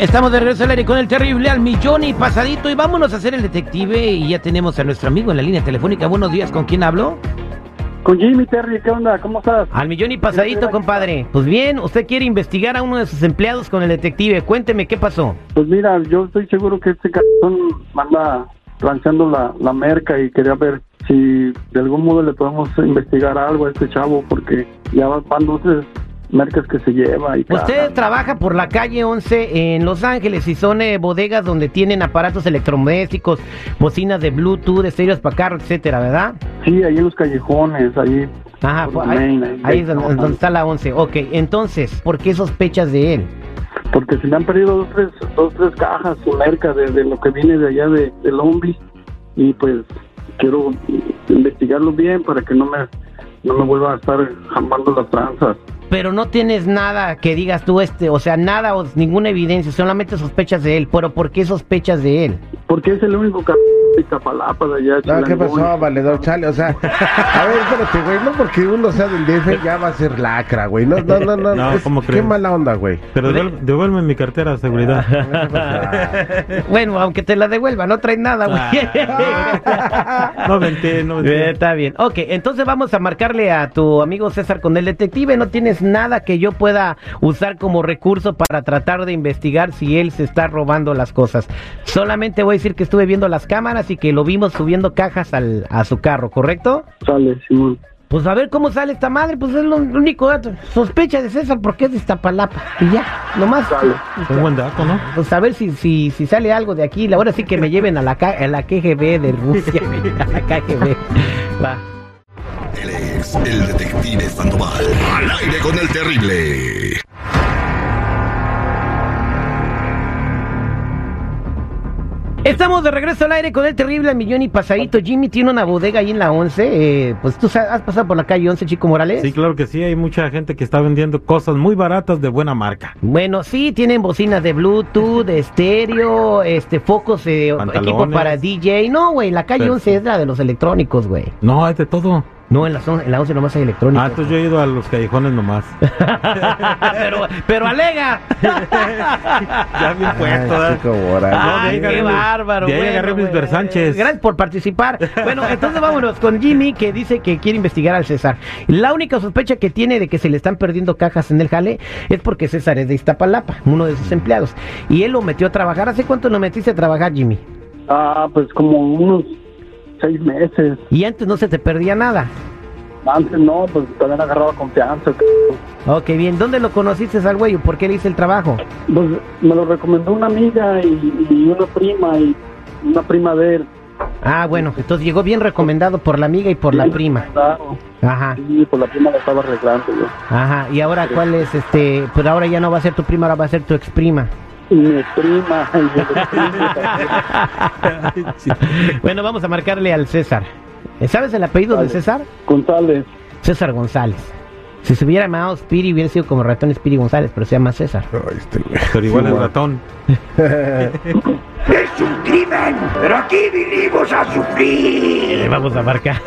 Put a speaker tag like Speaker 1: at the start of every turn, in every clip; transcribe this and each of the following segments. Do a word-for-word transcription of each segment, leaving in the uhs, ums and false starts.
Speaker 1: Estamos de regreso al aire con el terrible al millón y pasadito. Y vámonos a hacer el detective. Y ya tenemos a nuestro amigo en la línea telefónica. Buenos días, ¿con quién hablo?
Speaker 2: Con Jimmy, Terry, ¿qué onda? ¿Cómo estás?
Speaker 1: Al millón y pasadito, compadre. Pues bien, usted quiere investigar a uno de sus empleados con el detective. Cuénteme, ¿qué pasó?
Speaker 2: Pues mira, yo estoy seguro que este cabrón anda planchando la, la merca y quería ver si de algún modo le podemos investigar algo a este chavo, porque ya van luces mercas que se lleva. Y
Speaker 1: Usted
Speaker 2: cada...
Speaker 1: trabaja por la calle once en Los Ángeles y son eh, bodegas donde tienen aparatos electrodomésticos, bocinas de Bluetooth, estéreos para carro, etcétera, ¿verdad?
Speaker 2: Sí, ahí en los callejones, ahí.
Speaker 1: Ajá, pues, ahí, Main, ahí, ahí es donde, donde está la once. Ok, entonces, ¿por qué sospechas de él?
Speaker 2: Porque se me han perdido dos, tres, dos, tres cajas su merca de, de lo que viene de allá de, de Long Beach, y pues quiero investigarlo bien para que no me, no me vuelva a estar jamando las tranzas.
Speaker 1: Pero no tienes nada que digas tú, este, o sea, nada o ninguna evidencia, solamente sospechas de él. Pero ¿por qué sospechas de él?
Speaker 2: Porque es el único c... de Iztapalapa de allá.
Speaker 3: No, ¿qué pasó, valedor? Chale, o sea, a ver, espérate, güey, no porque uno sea del D F ya va a ser lacra, güey. No, no, no, no,
Speaker 4: no
Speaker 3: es,
Speaker 4: ¿cómo
Speaker 3: qué
Speaker 4: crees?
Speaker 3: mala onda, güey.
Speaker 4: Pero devuelve, devuélveme mi cartera de seguridad.
Speaker 1: Bueno, aunque te la devuelva, no traes nada, güey.
Speaker 4: No vente, no vente.
Speaker 1: Eh, está bien. Ok, entonces vamos a marcarle a tu amigo César con el detective. No tienes nada que yo pueda usar como recurso para tratar de investigar si él se está robando las cosas. Solamente voy a decir que estuve viendo las cámaras y que lo vimos subiendo cajas al, a su carro, ¿correcto?
Speaker 2: Sale, Simón.
Speaker 1: Pues a ver cómo sale esta madre, pues es lo único dato. Sospecha de César porque es de Iztapalapa. Y ya, nomás.
Speaker 2: Sale.
Speaker 4: Un buen dato, ¿no?
Speaker 1: Pues a ver si, si, si sale algo de aquí. Ahora sí que me lleven a la, a la K G B de Rusia. A la K G B. Va.
Speaker 5: Él es el detective Sandoval. Al aire con el terrible.
Speaker 1: Estamos de regreso al aire con el terrible al millón y pasadito. Jimmy tiene una bodega ahí en la once. Eh, pues tú has pasado por la calle once, Chico Morales.
Speaker 4: Sí, claro que sí. Hay mucha gente que está vendiendo cosas muy baratas de buena marca.
Speaker 1: Bueno, sí, tienen bocinas de Bluetooth, de estéreo, este, focos, eh, equipo para D J. No, güey, la calle Perfecto. once es la de los electrónicos, güey.
Speaker 4: No, es de todo.
Speaker 1: No, en la, en la once nomás hay electrónicos.
Speaker 4: Ah, entonces yo he ido a los callejones nomás.
Speaker 1: pero, pero alega.
Speaker 4: Ya bien puesto,
Speaker 3: Ay, Chico Morales.
Speaker 1: Ay, qué bárbaro.
Speaker 4: De ahí
Speaker 1: bueno,
Speaker 4: agarré mis
Speaker 1: bueno.
Speaker 4: Versánchez.
Speaker 1: Gracias por participar. Bueno, entonces vámonos con Jimmy, que dice que quiere investigar al César. La única sospecha que tiene de que se le están perdiendo cajas en el jale es porque César es de Iztapalapa, uno de sus empleados. Y él lo metió a trabajar. ¿Hace cuánto lo metiste a trabajar, Jimmy?
Speaker 2: Ah, pues como unos seis meses.
Speaker 1: ¿Y antes no se te perdía nada?
Speaker 2: Antes no, pues también agarraba confianza.
Speaker 1: Ok, bien. ¿Dónde lo conociste al güey? ¿Por qué le hice el trabajo?
Speaker 2: Pues me lo recomendó una amiga y, y una prima y una prima de él.
Speaker 1: Ah, bueno, entonces llegó bien recomendado por la amiga y por
Speaker 2: sí,
Speaker 1: la prima.
Speaker 2: Claro.
Speaker 1: Ajá.
Speaker 2: Sí, por la prima la estaba arreglando yo.
Speaker 1: Ajá, y ahora cuál es este, pues ahora ya no va a ser tu prima, ahora va a ser tu ex prima.
Speaker 2: Y mi prima. Y mi prima.
Speaker 1: Bueno, vamos a marcarle al César. ¿Sabes el apellido
Speaker 2: Vale.
Speaker 1: de César?
Speaker 2: González.
Speaker 1: César González. Si se hubiera llamado Spiri, hubiera sido como ratón Spiri González, pero se llama César.
Speaker 3: Ay, este güey.
Speaker 4: Pero igual
Speaker 3: Sí,
Speaker 4: el
Speaker 3: güey.
Speaker 4: ratón.
Speaker 6: ¡Es un crimen! ¡Pero aquí vinimos a sufrir!
Speaker 1: Le vamos a marcar.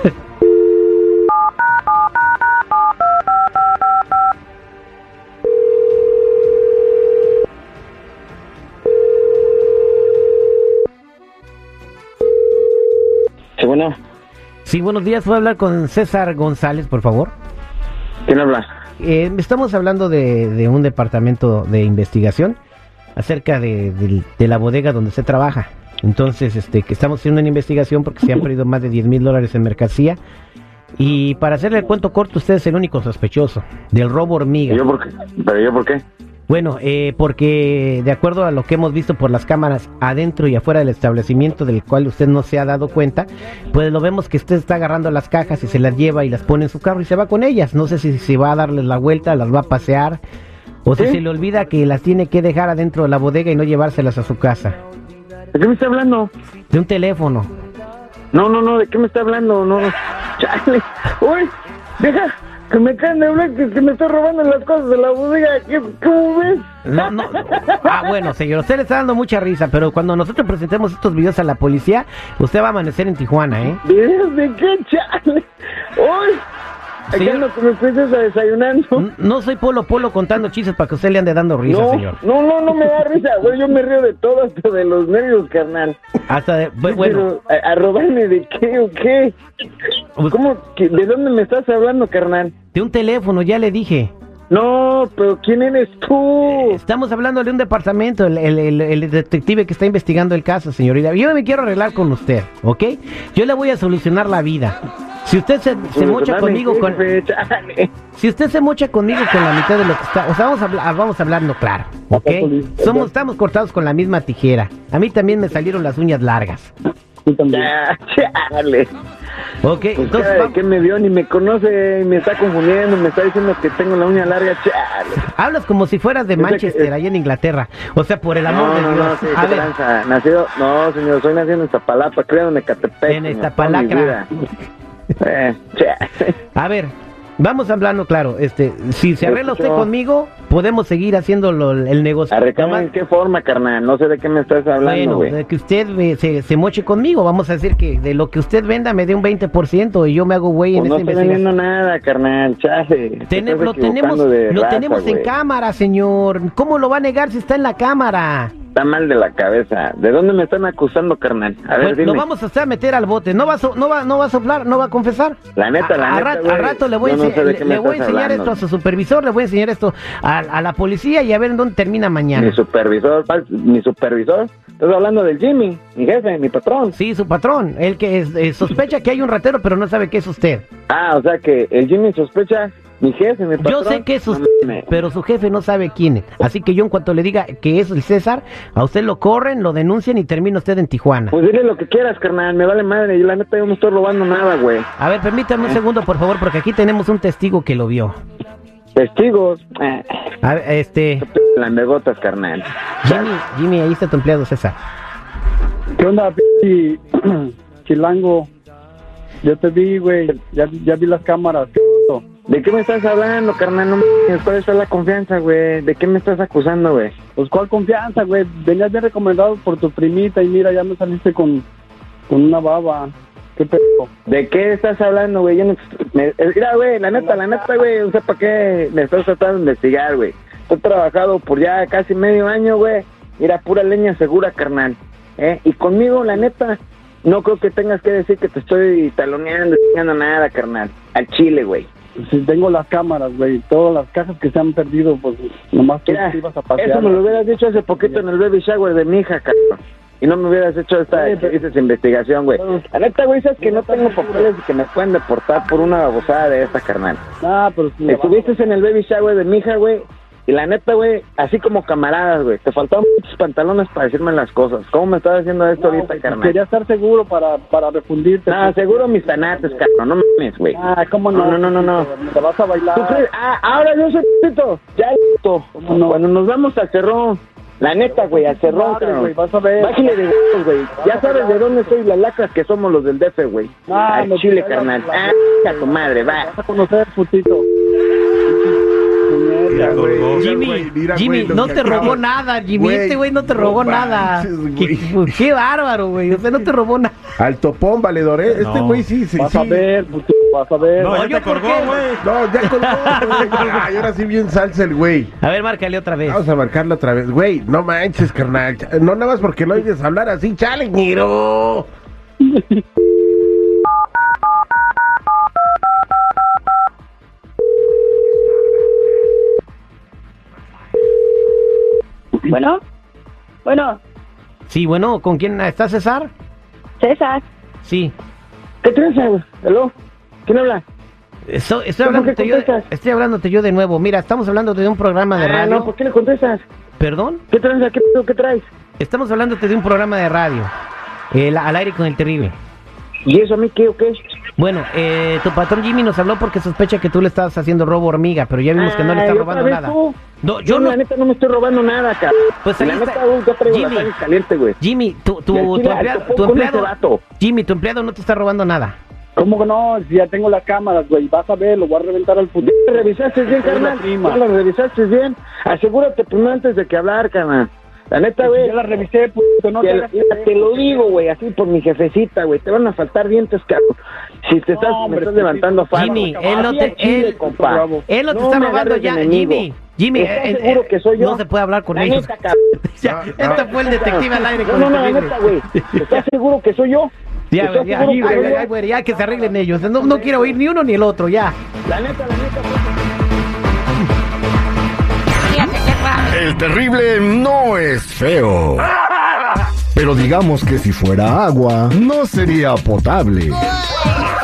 Speaker 7: Sí, bueno.
Speaker 1: Sí, buenos días. ¿Puedo hablar con César González, por favor?
Speaker 7: ¿Quién habla?
Speaker 1: Eh, estamos hablando de, de un departamento de investigación acerca de, de, de la bodega donde se trabaja. Entonces, este, que estamos haciendo una investigación porque se han perdido más de diez mil dólares en mercancía. Y para hacerle el cuento corto, usted es el único sospechoso del robo hormiga.
Speaker 7: ¿Yo por qué? ¿Pero yo por qué?
Speaker 1: Bueno, eh, porque de acuerdo a lo que hemos visto por las cámaras adentro y afuera del establecimiento, del cual usted no se ha dado cuenta, pues lo vemos que usted está agarrando las cajas y se las lleva y las pone en su carro y se va con ellas. No sé si, si va a darles la vuelta, las va a pasear, o si
Speaker 7: ¿Sí?
Speaker 1: se le olvida que las tiene que dejar adentro de la bodega y no llevárselas a su casa.
Speaker 7: ¿De qué me está hablando?
Speaker 1: De un teléfono.
Speaker 7: No, no, no, ¿de qué me está hablando? No, no. Chale. Uy, deja que me caen de hablar que, que me está robando las cosas de la bodega. ¿Qué, ¿Cómo ves?
Speaker 1: No, no. Ah, bueno, señor, usted le está dando mucha risa, pero cuando nosotros presentemos estos videos a la policía, usted va a amanecer en Tijuana, ¿eh?
Speaker 7: ¿De, de qué, chale? Uy, Aquí
Speaker 1: Señor-
Speaker 7: ando con mis princesas desayunando.
Speaker 1: N- No soy Polo Polo contando chistes para que usted le ande dando risa,
Speaker 7: No,
Speaker 1: señor.
Speaker 7: no, no, no me da risa, güey. Yo me río de todo, hasta de los nervios, carnal.
Speaker 1: Hasta de, bu- bueno,
Speaker 7: Pero, ¿a, a robarme de qué o qué?
Speaker 1: Pues-
Speaker 7: ¿Cómo? que- ¿De dónde me estás hablando, carnal?
Speaker 1: de un teléfono, ya le dije.
Speaker 7: No, pero ¿quién eres tú?
Speaker 1: Estamos hablando de un departamento, el, el, el, el detective que está investigando el caso, señorita. Yo me quiero arreglar con usted, ¿ok? Yo le voy a solucionar la vida. Si usted se, se mocha conmigo con... Si usted se mocha conmigo con la mitad de lo que está... O sea, vamos, a, hablar- vamos hablando claro, ¿ok? Somos, estamos cortados con la misma tijera. A mí también me salieron las uñas largas.
Speaker 7: Ya, chale.
Speaker 1: ¿Ok?
Speaker 7: Pues
Speaker 1: Entonces,
Speaker 7: cara de
Speaker 1: vamos-
Speaker 7: que me vio ni me conoce, me está confundiendo, me está diciendo que tengo la uña larga, chale.
Speaker 1: hablas como si fueras de
Speaker 7: Yo sé que-
Speaker 1: Manchester, allá en Inglaterra. O sea, por el amor
Speaker 7: No,
Speaker 1: de
Speaker 7: no,
Speaker 1: Dios.
Speaker 7: no, sí,
Speaker 1: a
Speaker 7: qué
Speaker 1: ver,
Speaker 7: tranza. Nacido, no, señor, soy nacido en Iztapalapa, creo en Ecatepec.
Speaker 1: En
Speaker 7: señor,
Speaker 1: Iztapalacra.
Speaker 7: toda mi vida. Eh, chale.
Speaker 1: a ver, vamos hablando claro. Este, si se
Speaker 7: Yo
Speaker 1: arregla usted
Speaker 7: escucho.
Speaker 1: conmigo, podemos seguir haciendo lo- el negocio.
Speaker 7: Arreglar,
Speaker 1: Nomás-
Speaker 7: ¿en qué forma, carnal? No sé de qué me estás hablando,
Speaker 1: Bueno,
Speaker 7: güey.
Speaker 1: de que usted eh, se, se moche conmigo, vamos a decir que de lo que usted venda me dé un veinte por ciento y yo me hago güey
Speaker 7: Pues
Speaker 1: en
Speaker 7: no
Speaker 1: esta
Speaker 7: estoy vendiendo
Speaker 1: investigación.
Speaker 7: nada, carnal, chale. Te
Speaker 1: Tene-
Speaker 7: estás
Speaker 1: lo tenemos,
Speaker 7: equivocando de
Speaker 1: lo
Speaker 7: raza,
Speaker 1: tenemos en
Speaker 7: güey.
Speaker 1: cámara, señor. ¿Cómo lo va a negar si está en la cámara?
Speaker 7: Está mal de la cabeza. ¿De dónde me están acusando, carnal? A ver,
Speaker 1: Bueno,
Speaker 7: dime.
Speaker 1: lo vamos a hacer meter al bote. ¿No va, a so- no, va, ¿No va a soplar? ¿No va a confesar?
Speaker 7: La neta, la
Speaker 1: a, a
Speaker 7: neta,
Speaker 1: rato,
Speaker 7: güey,
Speaker 1: a rato le voy a,
Speaker 7: yo no
Speaker 1: ense-
Speaker 7: sé de
Speaker 1: le,
Speaker 7: qué me
Speaker 1: le voy a
Speaker 7: estás
Speaker 1: enseñar
Speaker 7: hablando.
Speaker 1: esto a su supervisor, le voy a enseñar esto a, a la policía y a ver en dónde termina mañana.
Speaker 7: Mi supervisor, pa- mi supervisor. Estás hablando del Jimmy, mi jefe, mi patrón.
Speaker 1: Sí, su patrón, el que es- eh, sospecha que hay un ratero, pero no sabe que es usted.
Speaker 7: Ah, o sea que el Jimmy sospecha, mi jefe, mi patrón.
Speaker 1: Yo sé que es
Speaker 7: No
Speaker 1: usted,
Speaker 7: mames.
Speaker 1: pero su jefe no sabe quién es. Así que yo en cuanto le diga que es el César, a usted lo corren, lo denuncian y termina usted en Tijuana.
Speaker 7: Pues dile lo que quieras, carnal, me vale madre. Y la neta yo no estoy robando nada, güey.
Speaker 1: A ver, permítame un segundo, por favor, porque aquí tenemos un testigo que lo vio.
Speaker 7: Testigos. Eh,
Speaker 1: A ver, este,
Speaker 7: Landegotas, carnal.
Speaker 1: Jimmy, Jimmy, ahí está tu empleado César.
Speaker 2: ¿Qué onda, p*** chilango? Yo te vi, güey. Ya, ya vi las cámaras. ¿Qué p***?
Speaker 7: ¿De qué me estás hablando, carnal? No mames, ¿cuál es la confianza, güey? ¿De qué me estás acusando, güey?
Speaker 2: Pues, ¿cuál confianza, güey? Venías bien recomendado por tu primita y mira, ya me saliste con, con una baba. ¿Qué pedo?
Speaker 7: ¿De qué estás hablando, güey? Yo no... me- eh, Mira, güey, la neta, la neta, güey, no sé para qué me estás tratando de investigar, güey. He trabajado por ya casi medio año, güey. Mira, pura leña segura, carnal. ¿Eh? Y conmigo, la neta, no creo que tengas que decir que te estoy taloneando, enseñando nada, carnal. Al chile, güey.
Speaker 2: Si tengo las cámaras, güey, todas las cajas que se han perdido, pues nomás tú
Speaker 7: Mira,
Speaker 2: te ibas a pasear.
Speaker 7: eso me lo hubieras dicho hace poquito en el baby shower de mi hija, cabrón. Y no me hubieras hecho esta,
Speaker 2: Sí, pero-
Speaker 7: esta investigación, güey. La neta, güey, sabes que no tengo papeles y que me pueden deportar por una babosada de esta, carnal.
Speaker 2: Ah, pero si me vas a-
Speaker 7: Estuviste en el baby shower de mi hija, güey. Y la neta, güey, así como camaradas, güey. Te faltaban muchos pantalones para decirme las cosas. ¿Cómo me estás haciendo esto
Speaker 2: No,
Speaker 7: ahorita,
Speaker 2: pues,
Speaker 7: carnal?
Speaker 2: quería estar seguro para, para refundirte.
Speaker 7: No, seguro mis tanates, cabrón. No mames, güey.
Speaker 2: Ah, ¿cómo no?
Speaker 7: No, no, no, no, no.
Speaker 2: Te vas a bailar.
Speaker 7: ¿Tú crees? Ah, ahora yo soy pito. Ya, pito.
Speaker 2: ¿Cómo no?
Speaker 7: Cuando nos vamos al cerrón. La neta, güey, al cerrón,
Speaker 2: Madre,
Speaker 7: cabrón.
Speaker 2: güey, vas a ver.
Speaker 7: Bájale de huevos, güey. Ya sabes de dónde soy las lacras que somos los del D F, güey.
Speaker 2: Ah,
Speaker 7: Al
Speaker 2: no,
Speaker 7: chile,
Speaker 2: ya,
Speaker 7: carnal.
Speaker 2: ya,
Speaker 7: Ah,
Speaker 2: ya.
Speaker 7: a tu madre, va.
Speaker 2: Vas a conocer, putito.
Speaker 3: Mira, güey, mira,
Speaker 1: Jimmy,
Speaker 3: güey, mira,
Speaker 1: Jimmy,
Speaker 3: güey, lo
Speaker 1: no
Speaker 3: que
Speaker 1: te robó
Speaker 3: acabas-
Speaker 1: nada, Jimmy.
Speaker 3: Güey,
Speaker 1: Este güey no te
Speaker 3: no
Speaker 1: robó nada.
Speaker 3: manches,
Speaker 1: Qué,
Speaker 3: güey.
Speaker 1: pues, qué bárbaro, güey. Usted no te robó nada.
Speaker 3: Al topón, valedor, ¿eh? Este
Speaker 4: No.
Speaker 3: güey sí, sí,
Speaker 2: Vas
Speaker 3: sí.
Speaker 2: a ver, putito, vas a ver.
Speaker 4: No,
Speaker 1: No,
Speaker 4: ya
Speaker 1: yo
Speaker 4: te
Speaker 1: por
Speaker 4: colgó,
Speaker 1: qué,
Speaker 4: güey.
Speaker 3: No, ya colgó, güey. Ay, ahora sí bien salsa el güey.
Speaker 1: A ver, márcale otra vez.
Speaker 3: Vamos a marcarlo otra vez. Güey, no manches, carnal. No nada más porque no oyes hablar así, chale, ñero.
Speaker 8: Bueno, bueno,
Speaker 1: Sí, bueno, ¿con quién está César?
Speaker 8: César,
Speaker 1: Sí.
Speaker 7: ¿Qué tranza, güey? ¿Aló? ¿Quién habla?
Speaker 1: Estoy, estoy,
Speaker 7: ¿Cómo
Speaker 1: hablándote
Speaker 7: que
Speaker 1: yo,
Speaker 7: contestas?
Speaker 1: estoy hablándote yo de nuevo. Mira, estamos hablando de un programa de
Speaker 7: Ah,
Speaker 1: radio.
Speaker 7: no, ¿por qué le contestas?
Speaker 1: ¿Perdón?
Speaker 7: ¿Qué tranza? ¿Qué pedo? ¿Qué traes?
Speaker 1: Estamos hablándote de un programa de radio. El, al aire con el terrible.
Speaker 7: ¿Y eso a mí qué o qué?
Speaker 1: Bueno, eh, tu patrón Jimmy nos habló porque sospecha que tú le estabas haciendo robo hormiga, pero ya vimos que no le estás
Speaker 7: Ay,
Speaker 1: robando
Speaker 7: ¿otra vez
Speaker 1: nada.
Speaker 7: tú?
Speaker 1: No,
Speaker 7: Yo,
Speaker 1: yo no.
Speaker 7: la neta, no me estoy robando nada, cabrón.
Speaker 1: Pues
Speaker 7: la
Speaker 1: ahí
Speaker 7: neta,
Speaker 1: está.
Speaker 7: güey, yo traigo
Speaker 1: Jimmy.
Speaker 7: la sangre caliente, güey.
Speaker 1: Jimmy, tu, tu,
Speaker 7: Y al
Speaker 1: tu,
Speaker 7: chile, al
Speaker 1: empleado,
Speaker 7: topón
Speaker 1: tu
Speaker 7: con ese
Speaker 1: empleado,
Speaker 7: vato.
Speaker 1: Jimmy, tu empleado no te está robando nada.
Speaker 2: ¿Cómo que no? Si ya tengo las cámaras, güey, vas a ver, lo voy a reventar al putito.
Speaker 7: ¿Ya la revisaste bien,
Speaker 2: Soy la
Speaker 7: carnal?
Speaker 2: prima.
Speaker 7: ¿Ya la revisaste bien? Asegúrate primero antes de que hablar, carnal. La neta, güey.
Speaker 2: Ya la revisé, puto, no
Speaker 7: te,
Speaker 2: te hagas
Speaker 7: mira, te lo digo, güey, así por mi jefecita, güey. Te van a faltar dientes, cabrón. Si te estás,
Speaker 2: hombre,
Speaker 7: me estás
Speaker 2: pues,
Speaker 7: levantando
Speaker 2: sí,
Speaker 7: falso.
Speaker 1: Jimmy,
Speaker 7: cabrón.
Speaker 1: él no
Speaker 7: Así
Speaker 1: te-
Speaker 7: al chile,
Speaker 1: él-
Speaker 7: compa.
Speaker 1: Él no te
Speaker 7: No
Speaker 1: está
Speaker 7: me
Speaker 1: robando
Speaker 7: agarres
Speaker 1: ya,
Speaker 7: de enemigo.
Speaker 1: Jimmy. Jimmy,
Speaker 7: ¿Estás
Speaker 1: eh, eh,
Speaker 7: seguro que soy yo?
Speaker 1: no se puede hablar con
Speaker 7: La
Speaker 1: ellos.
Speaker 7: neta, cabrón.
Speaker 1: Ya,
Speaker 3: No, no.
Speaker 1: este fue el detective al aire
Speaker 7: No,
Speaker 1: con
Speaker 7: no,
Speaker 1: el
Speaker 7: no, la
Speaker 1: terrible.
Speaker 7: neta, güey. ¿Estás seguro que soy yo?
Speaker 1: Ya,
Speaker 7: ¿Estás
Speaker 1: ya,
Speaker 7: seguro
Speaker 1: ya,
Speaker 7: que soy
Speaker 1: ya,
Speaker 7: yo?
Speaker 1: ya, güey, ya que se arreglen ellos. No, no quiero oír ni uno ni el otro, ya.
Speaker 7: La neta, la neta,
Speaker 5: El terrible no es feo. Pero digamos que si fuera agua, no sería potable.